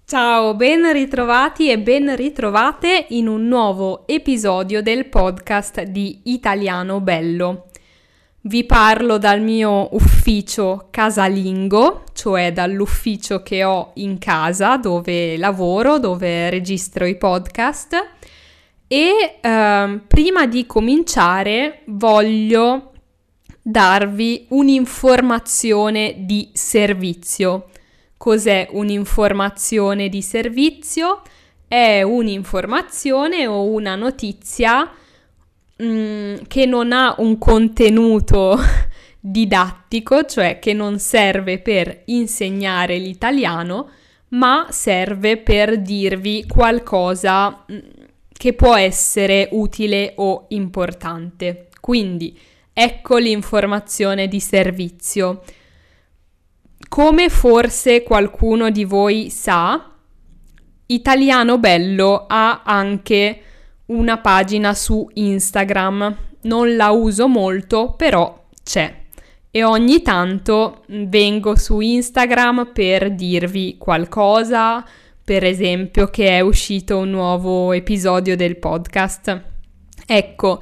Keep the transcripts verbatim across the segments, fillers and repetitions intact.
Ciao, ben ritrovati e ben ritrovate in un nuovo episodio del podcast di Italiano Bello. Vi parlo dal mio ufficio casalingo, cioè dall'ufficio che ho in casa dove lavoro, dove registro i podcast e eh, prima di cominciare voglio darvi un'informazione di servizio. Cos'è un'informazione di servizio? È un'informazione o una notizia mh, che non ha un contenuto didattico, cioè che non serve per insegnare l'italiano, ma serve per dirvi qualcosa mh, che può essere utile o importante. Quindi ecco l'informazione di servizio. Come forse qualcuno di voi sa, Italiano Bello ha anche una pagina su Instagram. Non la uso molto, però c'è. E ogni tanto vengo su Instagram per dirvi qualcosa, per esempio che è uscito un nuovo episodio del podcast. Ecco,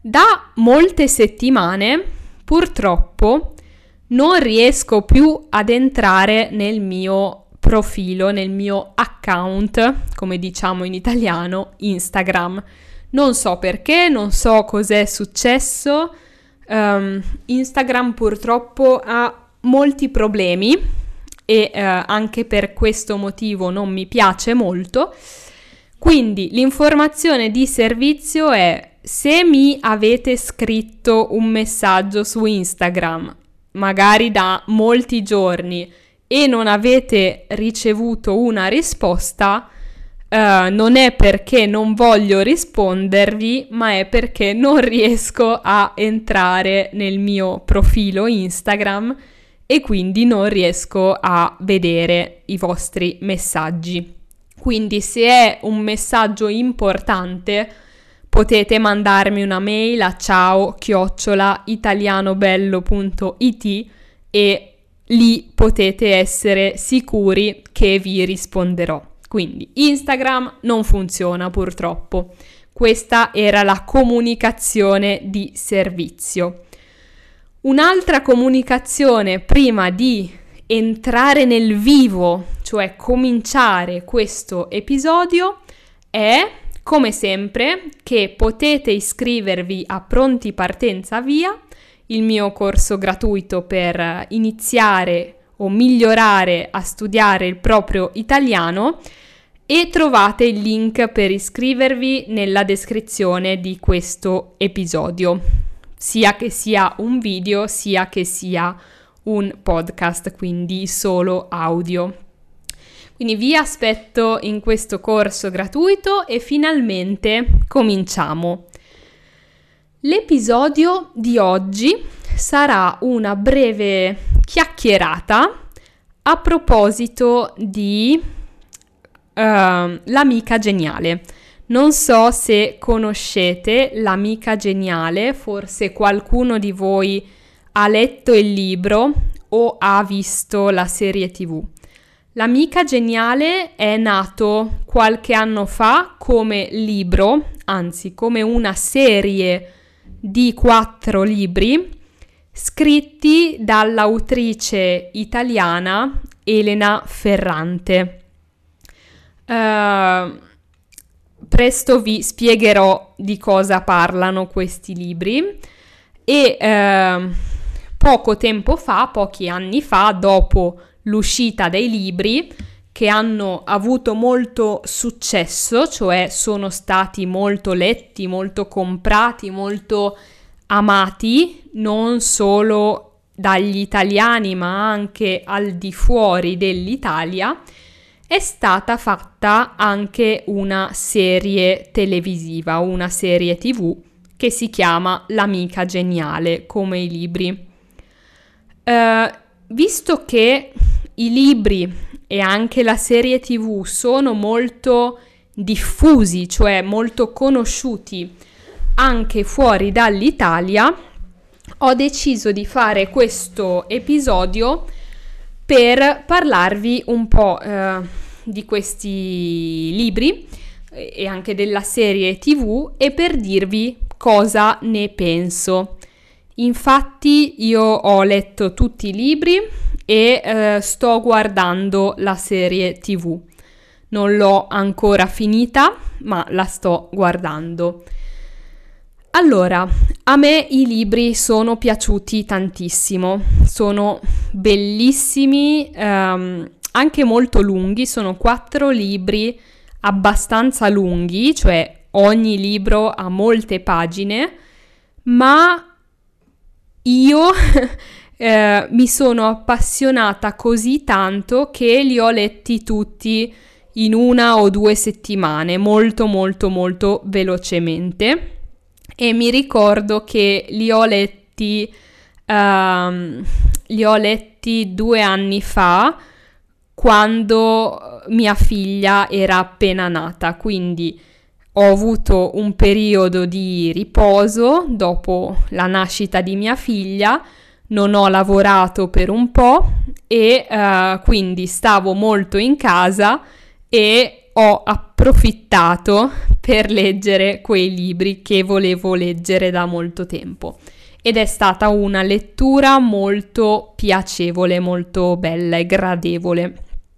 da molte settimane, purtroppo, non riesco più ad entrare nel mio profilo, nel mio account, come diciamo in italiano, Instagram. Non so perché, non so cos'è successo. Um, Instagram purtroppo ha molti problemi e uh, anche per questo motivo non mi piace molto. Quindi l'informazione di servizio è: se mi avete scritto un messaggio su Instagram magari da molti giorni e non avete ricevuto una risposta, uh, non è perché non voglio rispondervi, ma è perché non riesco a entrare nel mio profilo Instagram e quindi non riesco a vedere i vostri messaggi. Quindi se è un messaggio importante, potete mandarmi una mail a ciao chiocciola italianobello punto it e lì potete essere sicuri che vi risponderò. Quindi Instagram non funziona purtroppo. Questa era la comunicazione di servizio. Un'altra comunicazione prima di entrare nel vivo, cioè cominciare questo episodio, è come sempre che potete iscrivervi a Pronti Partenza Via, il mio corso gratuito per iniziare o migliorare a studiare il proprio italiano, e trovate il link per iscrivervi nella descrizione di questo episodio, sia che sia un video sia che sia un podcast, quindi solo audio. Quindi vi aspetto in questo corso gratuito e finalmente cominciamo. L'episodio di oggi sarà una breve chiacchierata a proposito di uh, L'Amica Geniale. Non so se conoscete L'Amica Geniale, forse qualcuno di voi ha letto il libro o ha visto la serie tivù. L'Amica Geniale è nato qualche anno fa come libro, anzi come una serie di quattro libri scritti dall'autrice italiana Elena Ferrante. Uh, presto vi spiegherò di cosa parlano questi libri e uh, poco tempo fa, pochi anni fa, dopo l'uscita dei libri che hanno avuto molto successo, cioè sono stati molto letti, molto comprati, molto amati, non solo dagli italiani ma anche al di fuori dell'Italia, è stata fatta anche una serie televisiva, una serie tivù che si chiama L'Amica Geniale, come i libri. Uh, visto che i libri e anche la serie tivù sono molto diffusi, cioè molto conosciuti anche fuori dall'Italia, ho deciso di fare questo episodio per parlarvi un po' eh, di questi libri e anche della serie tivù e per dirvi cosa ne penso. Infatti io ho letto tutti i libri e eh, sto guardando la serie tivù. Non l'ho ancora finita, ma la sto guardando. Allora, a me i libri sono piaciuti tantissimo, sono bellissimi, ehm, anche molto lunghi, sono quattro libri abbastanza lunghi, cioè ogni libro ha molte pagine, ma io eh, mi sono appassionata così tanto che li ho letti tutti in una o due settimane, molto molto molto velocemente. E mi ricordo che li ho letti, um, li ho letti due anni fa, quando mia figlia era appena nata, quindi ho avuto un periodo di riposo dopo la nascita di mia figlia, non ho lavorato per un po' e uh, quindi stavo molto in casa e ho approfittato per leggere quei libri che volevo leggere da molto tempo. Ed è stata una lettura molto piacevole, molto bella e gradevole.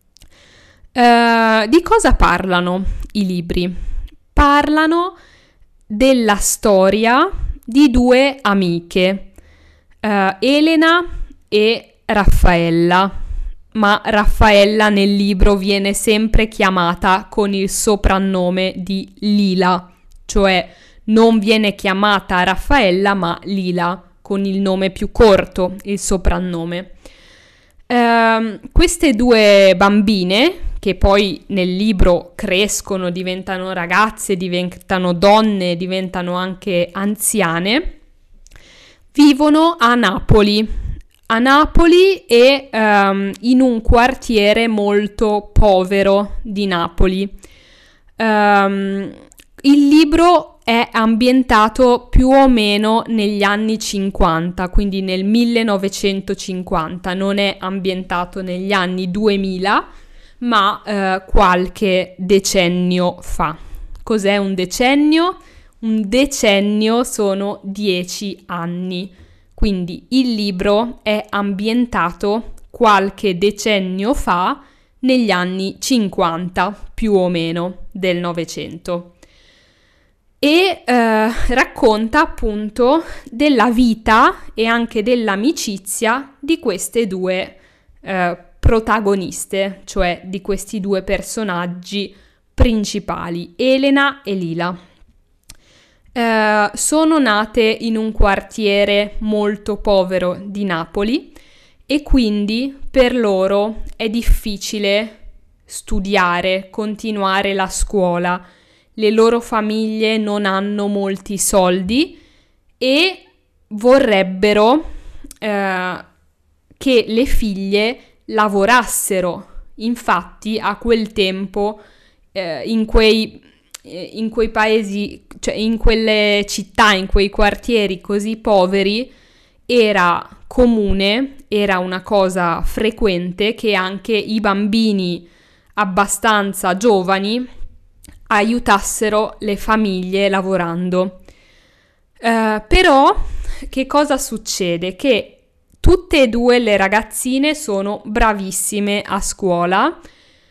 Uh, di cosa parlano i libri? Parlano della storia di due amiche, uh, Elena e Raffaella, ma Raffaella nel libro viene sempre chiamata con il soprannome di Lila, cioè non viene chiamata Raffaella ma Lila, con il nome più corto, il soprannome. Uh, queste due bambine, che poi nel libro crescono, diventano ragazze, diventano donne, diventano anche anziane, vivono a Napoli. A Napoli e um, in un quartiere molto povero di Napoli. Um, il libro è ambientato più o meno negli anni cinquanta, quindi nel millenovecentocinquanta, non è ambientato negli anni duemila, ma uh, qualche decennio fa. Cos'è un decennio? Un decennio sono dieci anni. Quindi il libro è ambientato qualche decennio fa, negli anni cinquanta più o meno del Novecento. E eh, racconta appunto della vita e anche dell'amicizia di queste due eh, protagoniste, cioè di questi due personaggi principali, Elena e Lila. Uh, sono nate in un quartiere molto povero di Napoli e quindi per loro è difficile studiare, continuare la scuola. Le loro famiglie non hanno molti soldi e vorrebbero uh, che le figlie lavorassero. Infatti a quel tempo uh, in quei in quei paesi, cioè in quelle città, in quei quartieri così poveri, era comune, era una cosa frequente che anche i bambini abbastanza giovani aiutassero le famiglie lavorando. Uh, però che cosa succede? Che tutte e due le ragazzine sono bravissime a scuola, uh,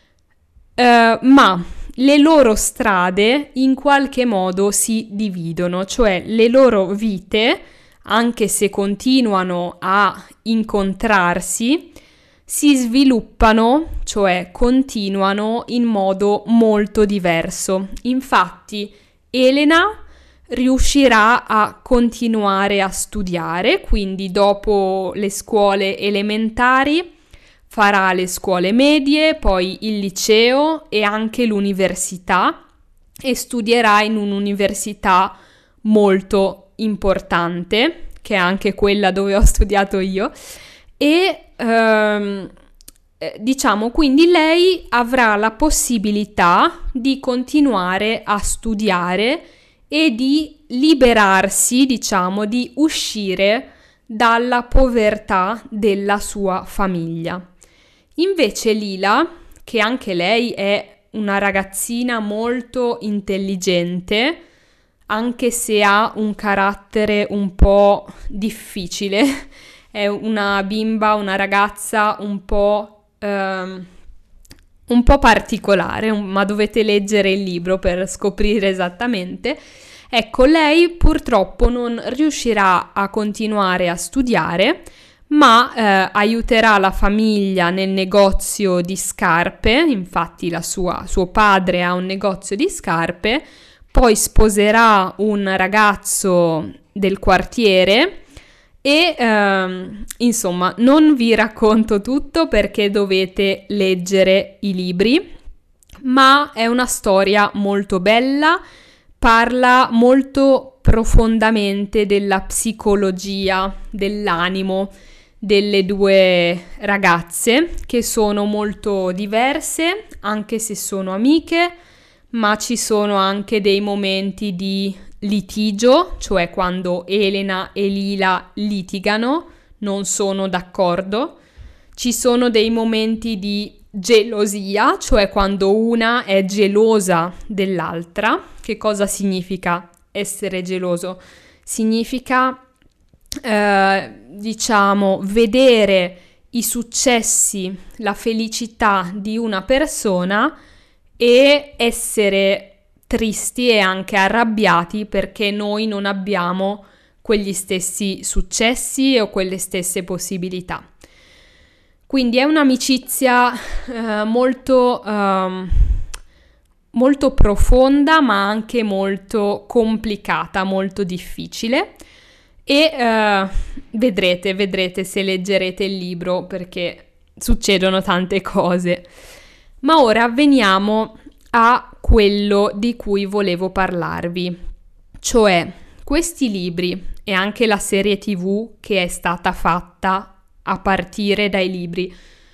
ma le loro strade in qualche modo si dividono, cioè le loro vite, anche se continuano a incontrarsi, si sviluppano, cioè continuano in modo molto diverso. Infatti Elena riuscirà a continuare a studiare, quindi dopo le scuole elementari farà le scuole medie, poi il liceo e anche l'università e studierà in un'università molto importante, che è anche quella dove ho studiato io, e ehm, diciamo quindi lei avrà la possibilità di continuare a studiare e di liberarsi, diciamo, di uscire dalla povertà della sua famiglia. Invece Lila, che anche lei è una ragazzina molto intelligente, anche se ha un carattere un po' difficile. È una bimba, una ragazza un po', ehm, un po' particolare, ma dovete leggere il libro per scoprire esattamente. Ecco, lei purtroppo non riuscirà a continuare a studiare, ma eh, aiuterà la famiglia nel negozio di scarpe. Infatti la sua, suo padre ha un negozio di scarpe, poi sposerà un ragazzo del quartiere e ehm, insomma non vi racconto tutto perché dovete leggere i libri, ma è una storia molto bella, parla molto profondamente della psicologia, dell'animo delle due ragazze, che sono molto diverse anche se sono amiche, ma ci sono anche dei momenti di litigio, cioè quando Elena e Lila litigano, non sono d'accordo. Ci sono dei momenti di gelosia, cioè quando una è gelosa dell'altra. Che cosa significa essere geloso? Significa, eh, diciamo, vedere i successi, la felicità di una persona e essere tristi e anche arrabbiati perché noi non abbiamo quegli stessi successi o quelle stesse possibilità. Quindi è un'amicizia eh, molto, eh, molto profonda, ma anche molto complicata, molto difficile. E eh, vedrete, vedrete se leggerete il libro perché succedono tante cose. Ma ora veniamo a quello di cui volevo parlarvi, cioè questi libri e anche la serie tivù che è stata fatta a partire dai libri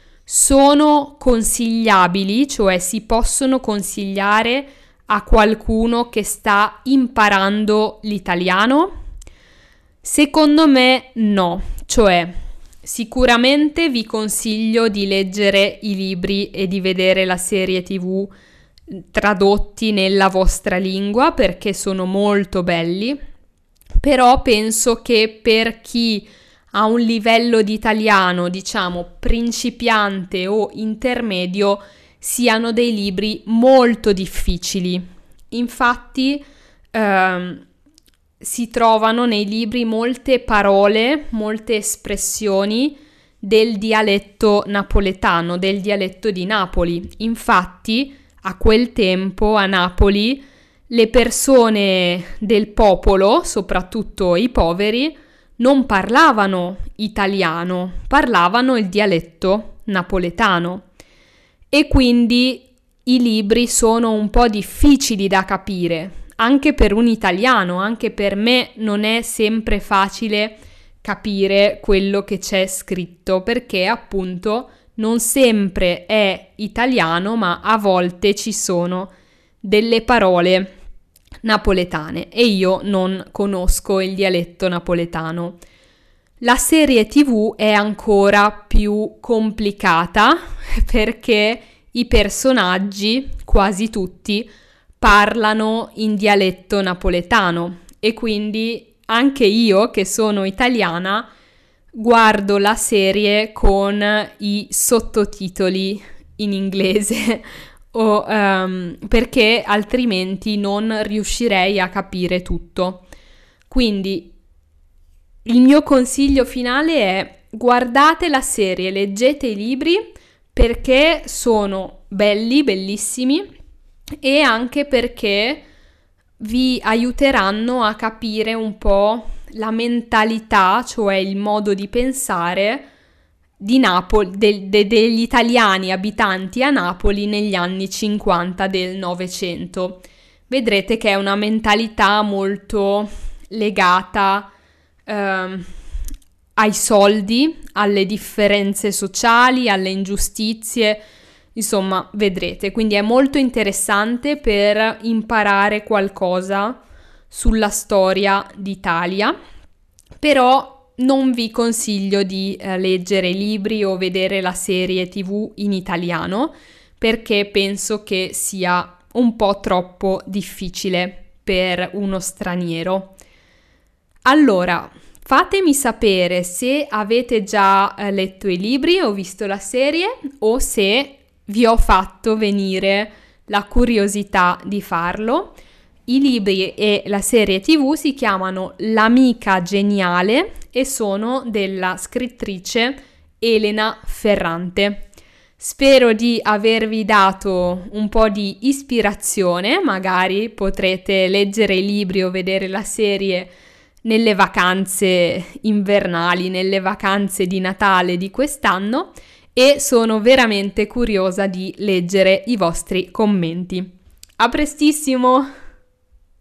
sono consigliabili, cioè si possono consigliare a qualcuno che sta imparando l'italiano? Secondo me no, cioè sicuramente vi consiglio di leggere i libri e di vedere la serie tivù tradotti nella vostra lingua perché sono molto belli, però penso che per chi ha un livello di italiano, diciamo, principiante o intermedio, siano dei libri molto difficili. Infatti ehm, si trovano nei libri molte parole, molte espressioni del dialetto napoletano, del dialetto di Napoli. Infatti, a quel tempo a Napoli le persone del popolo, soprattutto i poveri, non parlavano italiano, parlavano il dialetto napoletano e quindi i libri sono un po' difficili da capire, anche per un italiano, anche per me non è sempre facile capire quello che c'è scritto perché appunto non sempre è italiano, ma a volte ci sono delle parole napoletane e io non conosco il dialetto napoletano. La serie tivù è ancora più complicata perché i personaggi, quasi tutti, parlano in dialetto napoletano e quindi anche io, che sono italiana, guardo la serie con i sottotitoli in inglese o, um, perché altrimenti non riuscirei a capire tutto. Quindi il mio consiglio finale è: guardate la serie, leggete i libri perché sono belli, bellissimi e anche perché vi aiuteranno a capire un po' la mentalità, cioè il modo di pensare di Napoli, de, de, degli italiani abitanti a Napoli negli anni cinquanta del Novecento. Vedrete che è una mentalità molto legata eh, ai soldi, alle differenze sociali, alle ingiustizie, insomma, vedrete. Quindi è molto interessante per imparare qualcosa sulla storia d'Italia, però non vi consiglio di eh, leggere libri o vedere la serie tivù in italiano perché penso che sia un po' troppo difficile per uno straniero. Allora, fatemi sapere se avete già eh, letto i libri o visto la serie o se vi ho fatto venire la curiosità di farlo. I libri e la serie tivù si chiamano L'amica geniale e sono della scrittrice Elena Ferrante. Spero di avervi dato un po' di ispirazione, magari potrete leggere i libri o vedere la serie nelle vacanze invernali, nelle vacanze di Natale di quest'anno, e sono veramente curiosa di leggere i vostri commenti. A prestissimo!